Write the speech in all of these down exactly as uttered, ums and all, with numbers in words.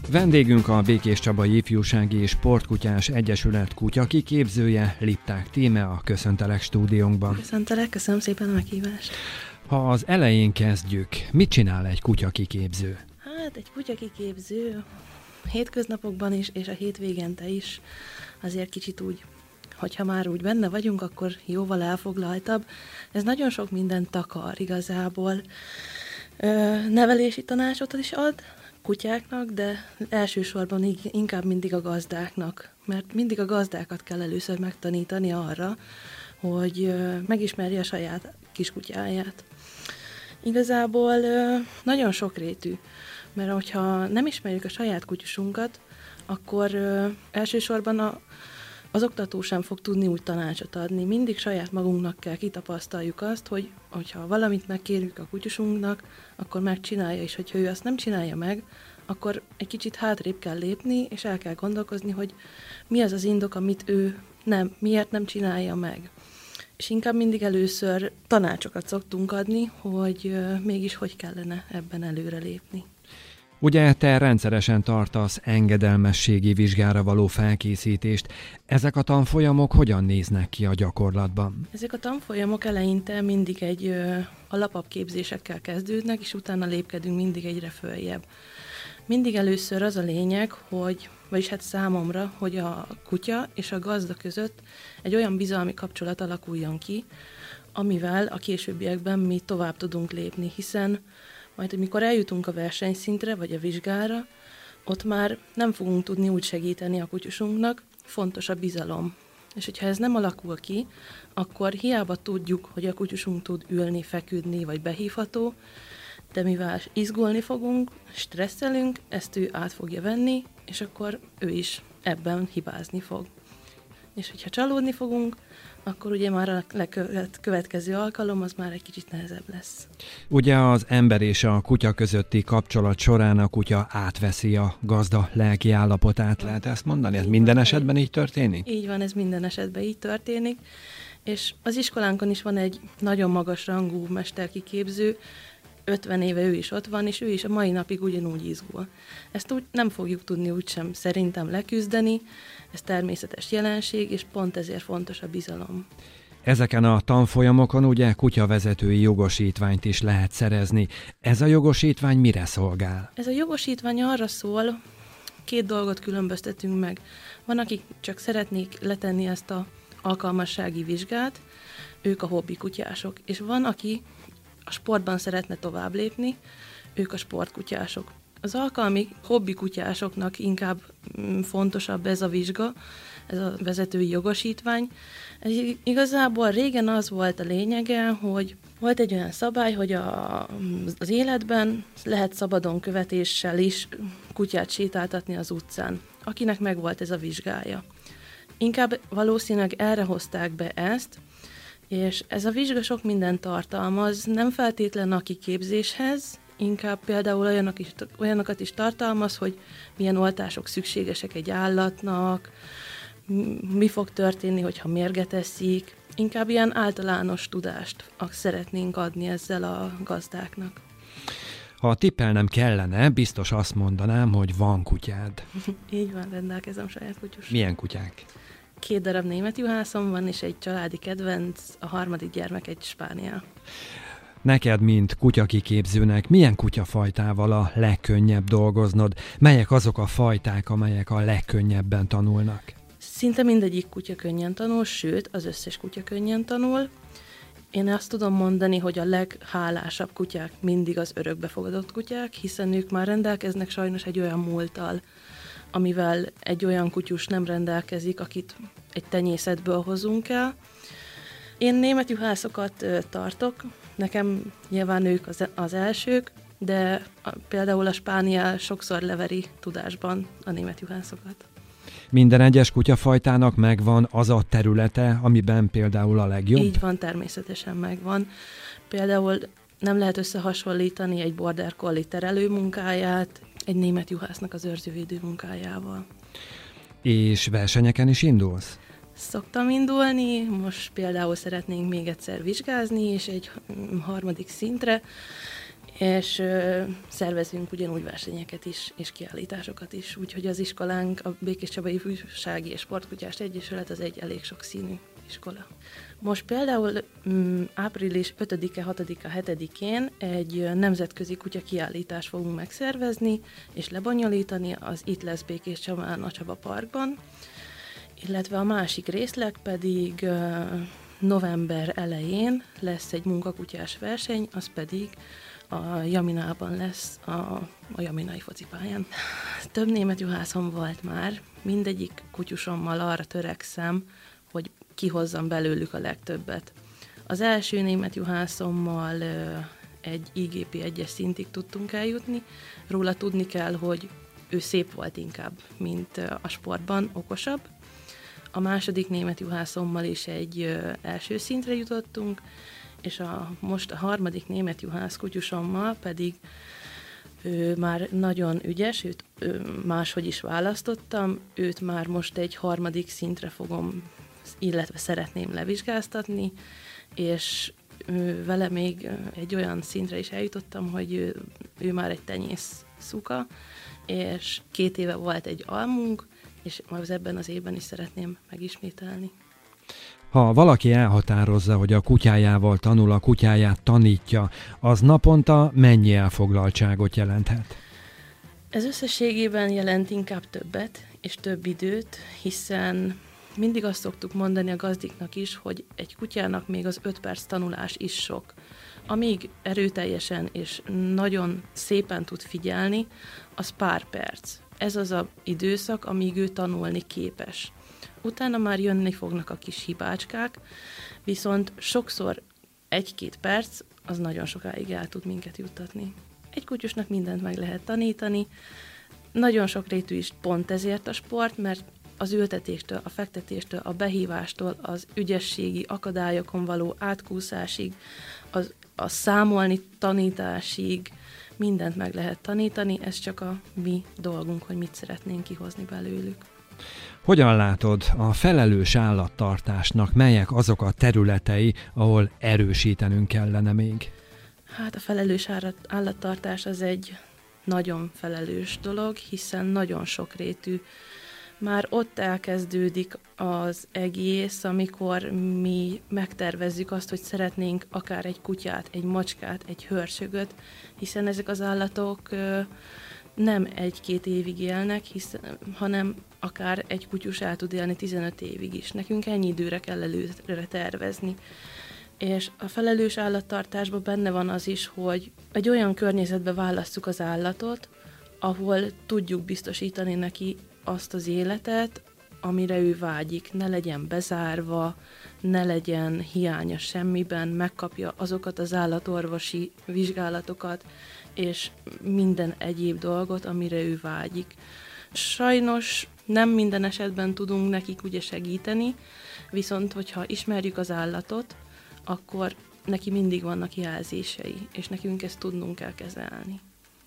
Vendégünk a Békés Csabai Ifjúsági és Sportkutyás Egyesület kutyakiképzője, Lipták Tíme, a köszöntelek stúdiónkban. Köszöntelek, köszönöm szépen a meghívást. Ha az elején kezdjük, mit csinál egy kutyakiképző? Hát egy kutyakiképző hétköznapokban is, és a hétvégente is azért kicsit úgy, hogyha már úgy benne vagyunk, akkor jóval elfoglaltabb. Ez nagyon sok mindent takar igazából. Nevelési tanácsot is ad kutyáknak, de elsősorban inkább mindig a gazdáknak, mert mindig a gazdákat kell először megtanítani arra, hogy megismerje a saját kiskutyáját. Igazából nagyon sokrétű, mert hogyha nem ismerjük a saját kutyusunkat, akkor elsősorban a, az oktató sem fog tudni úgy tanácsot adni. Mindig saját magunknak kell kitapasztaljuk azt, hogy hogyha valamit megkérjük a kutyusunknak, akkor megcsinálja, és hogyha ő azt nem csinálja meg, akkor egy kicsit hátrébb kell lépni, és el kell gondolkozni, hogy mi az az indok, amit ő nem, miért nem csinálja meg. És inkább mindig először tanácsokat szoktunk adni, hogy mégis hogy kellene ebben előrelépni. Ugye te rendszeresen tartasz engedelmességi vizsgára való felkészítést. Ezek a tanfolyamok hogyan néznek ki a gyakorlatban? Ezek a tanfolyamok eleinte mindig egy alapabb képzésekkel kezdődnek, és utána lépkedünk mindig egyre följebb. Mindig először az a lényeg, hogy, vagyis hát számomra, hogy a kutya és a gazda között egy olyan bizalmi kapcsolat alakuljon ki, amivel a későbbiekben mi tovább tudunk lépni, hiszen majd, amikor eljutunk a versenyszintre vagy a vizsgára, ott már nem fogunk tudni úgy segíteni a kutyusunknak, fontos a bizalom. És hogyha ez nem alakul ki, akkor hiába tudjuk, hogy a kutyusunk tud ülni, feküdni vagy behívható, de mivel izgulni fogunk, stresszelünk, ezt ő át fogja venni, és akkor ő is ebben hibázni fog. És hogyha csalódni fogunk, akkor ugye már a következő alkalom az már egy kicsit nehezebb lesz. Ugye az ember és a kutya közötti kapcsolat során a kutya átveszi a gazda lelki állapotát, lehet ezt mondani? Ez minden esetben így történik? Így van, ez minden esetben így történik, és az iskolánkon is van egy nagyon magas rangú mesterkiképző, ötven éve ő is ott van, és ő is a mai napig ugyanúgy izgul. Ezt úgy nem fogjuk tudni úgysem szerintem leküzdeni, ez természetes jelenség, és pont ezért fontos a bizalom. Ezeken a tanfolyamokon ugye kutyavezetői jogosítványt is lehet szerezni. Ez a jogosítvány mire szolgál? Ez a jogosítvány arra szól, két dolgot különböztetünk meg. Van, akik csak szeretnék letenni ezt a alkalmassági vizsgát, ők a hobbi kutyások, és van, aki a sportban szeretne tovább lépni, ők a sportkutyások. Az alkalmi hobbi kutyásoknak inkább fontosabb ez a vizsga, ez a vezetői jogosítvány. Ez igazából régen az volt a lényege, hogy volt egy olyan szabály, hogy a, az életben lehet szabadon követéssel is kutyát sétáltatni az utcán, akinek megvolt ez a vizsgája. Inkább valószínűleg erre hozták be ezt, és ez a vizsga sok mindent tartalmaz, nem feltétlen a kiképzéshez, inkább például olyanok is, olyanokat is tartalmaz, hogy milyen oltások szükségesek egy állatnak, mi fog történni, hogyha mérget eszik. Inkább ilyen általános tudást szeretnénk adni ezzel a gazdáknak. Ha tippelnem kellene, biztos azt mondanám, hogy van kutyád. Így van, rendelkezem saját kutyus. Milyen kutyák? Két darab német juhászom van, és egy családi kedvenc, a harmadik gyermek egy spániel. Neked, mint kutyakiképzőnek, milyen kutyafajtával a legkönnyebb dolgoznod? Melyek azok a fajták, amelyek a legkönnyebben tanulnak? Szinte mindegyik kutya könnyen tanul, sőt, az összes kutya könnyen tanul. Én azt tudom mondani, hogy a leghálásabb kutyák mindig az örökbefogadott kutyák, hiszen ők már rendelkeznek sajnos egy olyan múlttal, amivel egy olyan kutyus nem rendelkezik, akit egy tenyészetből hozunk el. Én német juhászokat tartok, nekem nyilván ők az, az elsők, de a, például a spániel sokszor leveri tudásban a német juhászokat. Minden egyes kutyafajtának megvan az a területe, amiben például a legjobb? Így van, természetesen megvan. Például nem lehet összehasonlítani egy border collie terelő munkáját egy német juhásznak az őrzővédő munkájával. És versenyeken is indulsz? Szoktam indulni, most például szeretnénk még egyszer vizsgázni, és egy harmadik szintre, és ö, szervezünk ugyanúgy versenyeket is, és kiállításokat is, úgyhogy az iskolánk, a Békés Csabai Ifjúsági és Sportkutyás Egyesület az egy elég sokszínű iskola. Most például m, április ötödike, hatodika, hetedikén egy nemzetközi kutya kiállítást fogunk megszervezni, és lebonyolítani, az itt lesz Békés Csabán a Csaba Parkban, illetve a másik részleg pedig ö, november elején lesz egy munkakutyás verseny, az pedig a Jaminában lesz, a, a jaminai focipályán. Több német juhászom volt már, mindegyik kutyusommal arra törekszem, hogy kihozzam belőlük a legtöbbet. Az első német juhászommal ö, egy I G P egyes szintig tudtunk eljutni. Róla tudni kell, hogy ő szép volt inkább, mint ö, a sportban, okosabb. A második német juhászommal is egy ö, első szintre jutottunk, és a, most a harmadik német juhász kutyusommal pedig ő már nagyon ügyes, őt ő máshogy is választottam, őt már most egy harmadik szintre fogom, illetve szeretném levizsgáztatni, és ő, vele még egy olyan szintre is eljutottam, hogy ő, ő már egy tenyész szuka, és két éve volt egy almunk, és az ebben az évben is szeretném megismételni. Ha valaki elhatározza, hogy a kutyájával tanul, a kutyáját tanítja, az naponta mennyi elfoglaltságot jelenthet? Ez összességében jelent inkább többet és több időt, hiszen mindig azt szoktuk mondani a gazdiknak is, hogy egy kutyának még az öt perc tanulás is sok. Amíg erőteljesen és nagyon szépen tud figyelni, az pár perc. Ez az az időszak, amíg ő tanulni képes. Utána már jönni fognak a kis hibácskák, viszont sokszor egy-két perc az nagyon sokáig el tud minket juttatni. Egy kutyusnak mindent meg lehet tanítani, nagyon sokrétű is pont ezért a sport, mert az ültetéstől, a fektetéstől, a behívástól, az ügyességi akadályokon való átkúszásig, az, a számolni tanításig mindent meg lehet tanítani, ez csak a mi dolgunk, hogy mit szeretnénk kihozni belőlük. Hogyan látod a felelős állattartásnak, melyek azok a területei, ahol erősítenünk kellene még? Hát a felelős állattartás az egy nagyon felelős dolog, hiszen nagyon sokrétű. Már ott elkezdődik az egész, amikor mi megtervezzük azt, hogy szeretnénk akár egy kutyát, egy macskát, egy hörsögöt, hiszen ezek az állatok nem egy-két évig élnek, hiszen, hanem akár egy kutyus el tud élni tizenöt évig is. Nekünk ennyi időre kell előre tervezni. És a felelős állattartásban benne van az is, hogy egy olyan környezetbe válasszuk az állatot, ahol tudjuk biztosítani neki azt az életet, amire ő vágyik. Ne legyen bezárva, ne legyen hiánya semmiben, megkapja azokat az állatorvosi vizsgálatokat, és minden egyéb dolgot, amire ő vágyik. Sajnos nem minden esetben tudunk nekik ugye segíteni, viszont hogyha ismerjük az állatot, akkor neki mindig vannak jelzései, és nekünk ezt tudnunk kell kezelni.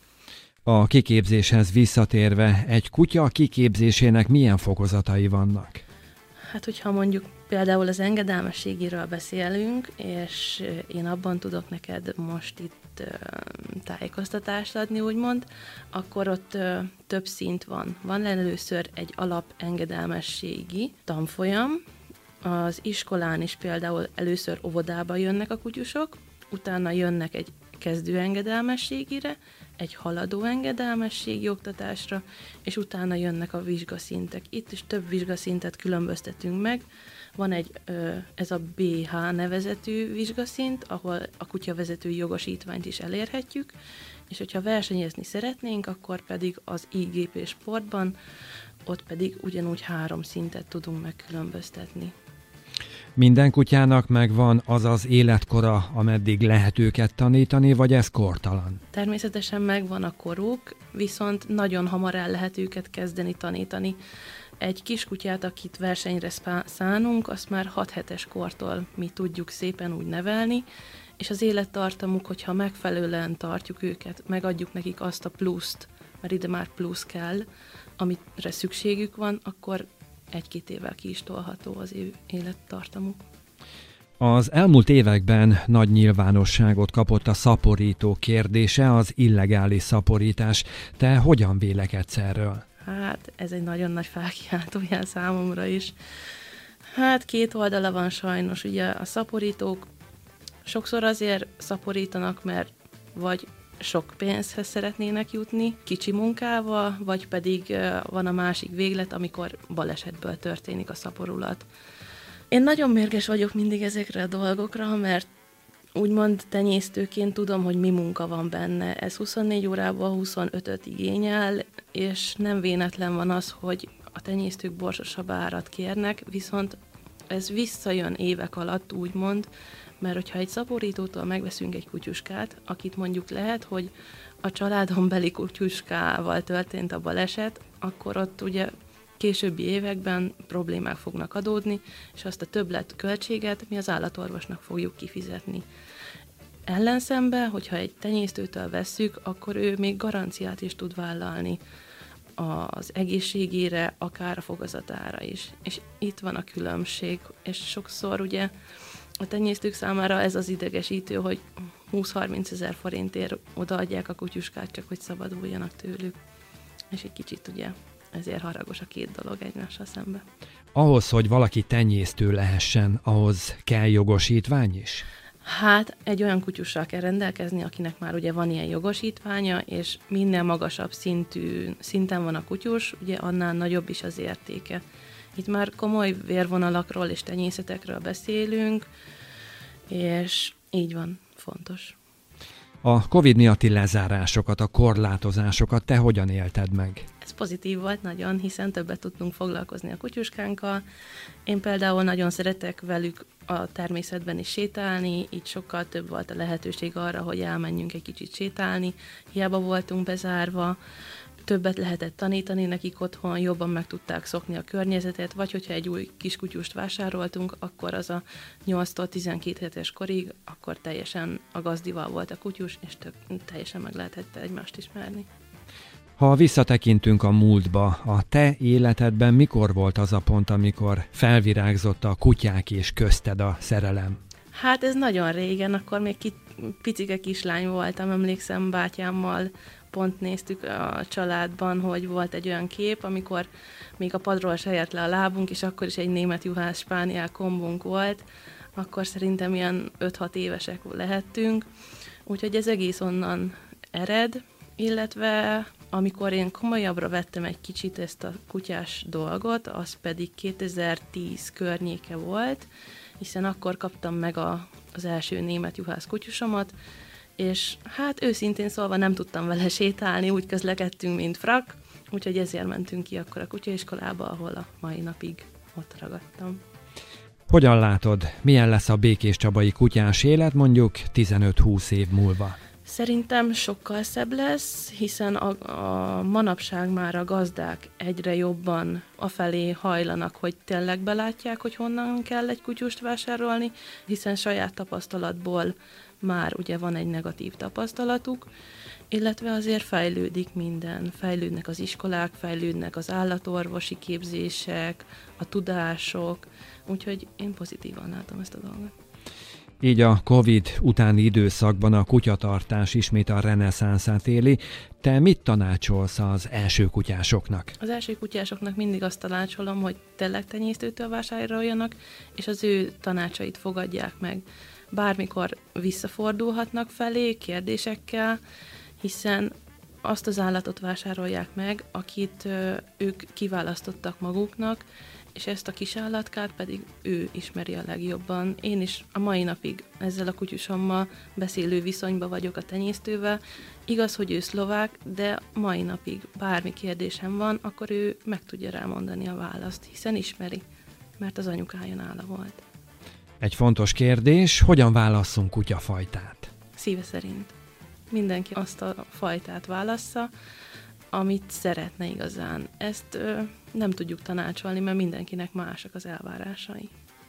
A kiképzéshez visszatérve, egy kutya kiképzésének milyen fokozatai vannak? Hát, hogyha mondjuk például az engedelmességéről beszélünk, és én abban tudok neked most itt tájékoztatást adni, úgymond, akkor ott több szint van. Van először egy alap engedelmességi tanfolyam, az iskolán is például először óvodába jönnek a kutyusok, utána jönnek egy kezdő engedelmességire, egy haladó engedelmességi oktatásra, és utána jönnek a vizsgaszintek. Itt is több vizsgaszintet különböztetünk meg. Van egy, ez a bé há nevezetű vizsgaszint, ahol a kutyavezetői jogosítványt is elérhetjük, és hogyha versenyezni szeretnénk, akkor pedig az I G P sportban, ott pedig ugyanúgy három szintet tudunk megkülönböztetni. Minden kutyának megvan az az életkora, ameddig lehet őket tanítani, vagy ez kortalan? Természetesen megvan a koruk, viszont nagyon hamar el lehet őket kezdeni tanítani. Egy kiskutyát, akit versenyre szánunk, azt már hat hetes kortól mi tudjuk szépen úgy nevelni, és az élettartamuk, hogyha megfelelően tartjuk őket, megadjuk nekik azt a pluszt, mert ide már plusz kell, amire szükségük van, akkor egy-két évvel ki is tolható az ő élettartamuk. Az elmúlt években nagy nyilvánosságot kapott a szaporító kérdése, az illegális szaporítás. Te hogyan vélekedsz erről? Hát ez egy nagyon nagy felkiáltójel számomra is. Hát két oldala van sajnos. Ugye a szaporítók sokszor azért szaporítanak, mert vagy sok pénzhez szeretnének jutni, kicsi munkával, vagy pedig van a másik véglet, amikor balesetből történik a szaporulat. Én nagyon mérges vagyok mindig ezekre a dolgokra, mert úgymond tenyésztőként tudom, hogy mi munka van benne. Ez huszonnégy órából huszonötöt igényel, és nem véletlen van az, hogy a tenyésztők borsosabb árat kérnek, viszont ez visszajön évek alatt, úgymond, mert hogyha egy szaporítótól megveszünk egy kutyuskát, akit mondjuk lehet, hogy a családon beli kutyuskával történt a baleset, akkor ott ugye későbbi években problémák fognak adódni, és azt a többlet költséget mi az állatorvosnak fogjuk kifizetni. Ellenszemben, hogyha egy tenyésztőtől vesszük, akkor ő még garanciát is tud vállalni az egészségére, akár a fogazatára is. És itt van a különbség, és sokszor ugye a tenyésztők számára ez az idegesítő, hogy húsz-harminc ezer forintért odaadják a kutyuskát, csak hogy szabaduljanak tőlük. És egy kicsit ugye ezért haragos a két dolog egymással szembe. Ahhoz, hogy valaki tenyésztő lehessen, ahhoz kell jogosítvány is? Hát egy olyan kutyussal kell rendelkezni, akinek már ugye van ilyen jogosítványa, és minél magasabb szintű, szinten van a kutyus, ugye annál nagyobb is az értéke. Itt már komoly vérvonalakról és tenyészetekről beszélünk, és így van, fontos. A Covid miatti lezárásokat, a korlátozásokat te hogyan élted meg? Ez pozitív volt nagyon, hiszen többet tudtunk foglalkozni a kutyuskánkkal. Én például nagyon szeretek velük a természetben is sétálni, így sokkal több volt a lehetőség arra, hogy elmenjünk egy kicsit sétálni. Hiába voltunk bezárva, többet lehetett tanítani nekik otthon, jobban meg tudták szokni a környezetet, vagy hogyha egy új kiskutyust vásároltunk, akkor az a nyolctól tizenkét hetes korig, akkor teljesen a gazdival volt a kutyus, és tök, teljesen meg lehetett egymást ismerni. Ha visszatekintünk a múltba, a te életedben mikor volt az a pont, amikor felvirágzott a kutyák és közted a szerelem? Hát ez nagyon régen, akkor még ki, picike kislány voltam, emlékszem, bátyámmal pont néztük a családban, hogy volt egy olyan kép, amikor még a padról se ért le a lábunk, és akkor is egy német juhász spániel kombunk volt, akkor szerintem ilyen öt-hat évesek lehettünk, úgyhogy ez egész onnan ered, illetve amikor én komolyabbra vettem egy kicsit ezt a kutyás dolgot, az pedig kétezer-tíz környéke volt, hiszen akkor kaptam meg a, az első német juhász kutyusomat, és hát őszintén szólva nem tudtam vele sétálni, úgy közlekedtünk, mint frak, úgyhogy ezért mentünk ki akkor a kutyaiskolába, ahol a mai napig ott ragadtam. Hogyan látod, milyen lesz a békéscsabai kutyás élet mondjuk tizenöt-húsz év múlva? Szerintem sokkal szebb lesz, hiszen a, a manapság már a gazdák egyre jobban afelé hajlanak, hogy tényleg belátják, hogy honnan kell egy kutyust vásárolni, hiszen saját tapasztalatból már ugye van egy negatív tapasztalatuk, illetve azért fejlődik minden. Fejlődnek az iskolák, fejlődnek az állatorvosi képzések, a tudások, úgyhogy én pozitívan látom ezt a dolgot. Így a Covid utáni időszakban a kutyatartás ismét a reneszánszát éli. Te mit tanácsolsz az első kutyásoknak? Az első kutyásoknak mindig azt tanácsolom, hogy tényleg tenyésztőtől vásároljanak, és az ő tanácsait fogadják meg. Bármikor visszafordulhatnak felé kérdésekkel, hiszen azt az állatot vásárolják meg, akit ö, ők kiválasztottak maguknak, és ezt a kis állatkát pedig ő ismeri a legjobban. Én is a mai napig ezzel a kutyusommal beszélő viszonyban vagyok a tenyésztővel. Igaz, hogy ő szlovák, de mai napig bármi kérdésem van, akkor ő meg tudja rámondani a választ, hiszen ismeri, mert az anyukája nála volt. Egy fontos kérdés, hogyan válasszunk kutyafajtát? Szíve szerint. Mindenki azt a fajtát válassza, amit szeretne igazán. Ezt ö, nem tudjuk tanácsolni, mert mindenkinek másak az elvárásai.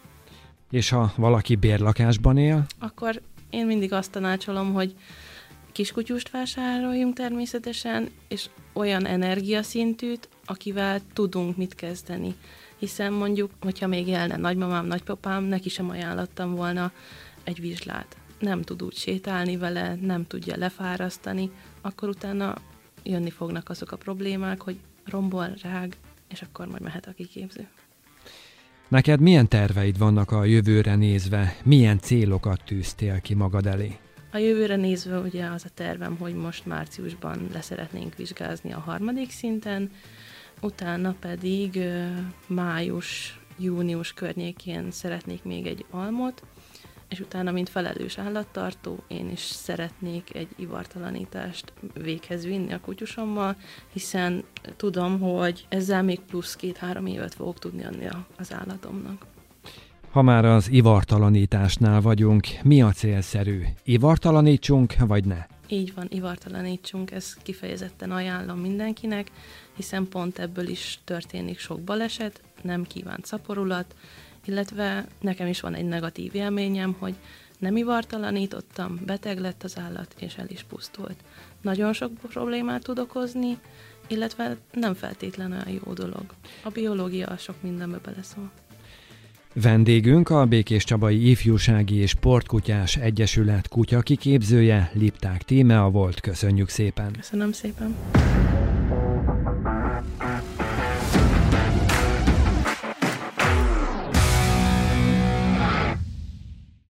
És ha valaki bérlakásban él? Akkor én mindig azt tanácsolom, hogy kiskutyust vásároljunk természetesen, és olyan energiaszintűt, akivel tudunk mit kezdeni. hiszen mondjuk, hogyha még élne nagymamám, nagypapám, neki sem ajánlottam volna egy vizslát. Nem tud úgy sétálni vele, nem tudja lefárasztani, akkor utána jönni fognak azok a problémák, hogy rombol, rág, és akkor majd mehet a kiképző. Neked milyen terveid vannak a jövőre nézve? Milyen célokat tűztél ki magad elé? A jövőre nézve ugye az a tervem, hogy most márciusban leszeretnénk vizsgázni a harmadik szinten, utána pedig május, június környékén szeretnék még egy almot, és utána, mint felelős állattartó, én is szeretnék egy ivartalanítást véghez vinni a kutyusommal, hiszen tudom, hogy ezzel még plusz két-három évet fogok tudni adni az állatomnak. Ha már az ivartalanításnál vagyunk, mi a célszerű? Ivartalanítsunk, vagy ne? Így van, ivartalanítsunk, ezt kifejezetten ajánlom mindenkinek, hiszen pont ebből is történik sok baleset, nem kívánt szaporulat, illetve nekem is van egy negatív élményem, hogy nem ivartalanítottam, beteg lett az állat, és el is pusztult. Nagyon sok problémát tud okozni, illetve nem feltétlenül olyan jó dolog. A biológia sok mindenbe beleszól. Vendégünk a Békéscsabai Ifjúsági és Sportkutyás Egyesület kutyakiképzője, Lipták Tímea volt. Köszönjük szépen! Köszönöm szépen!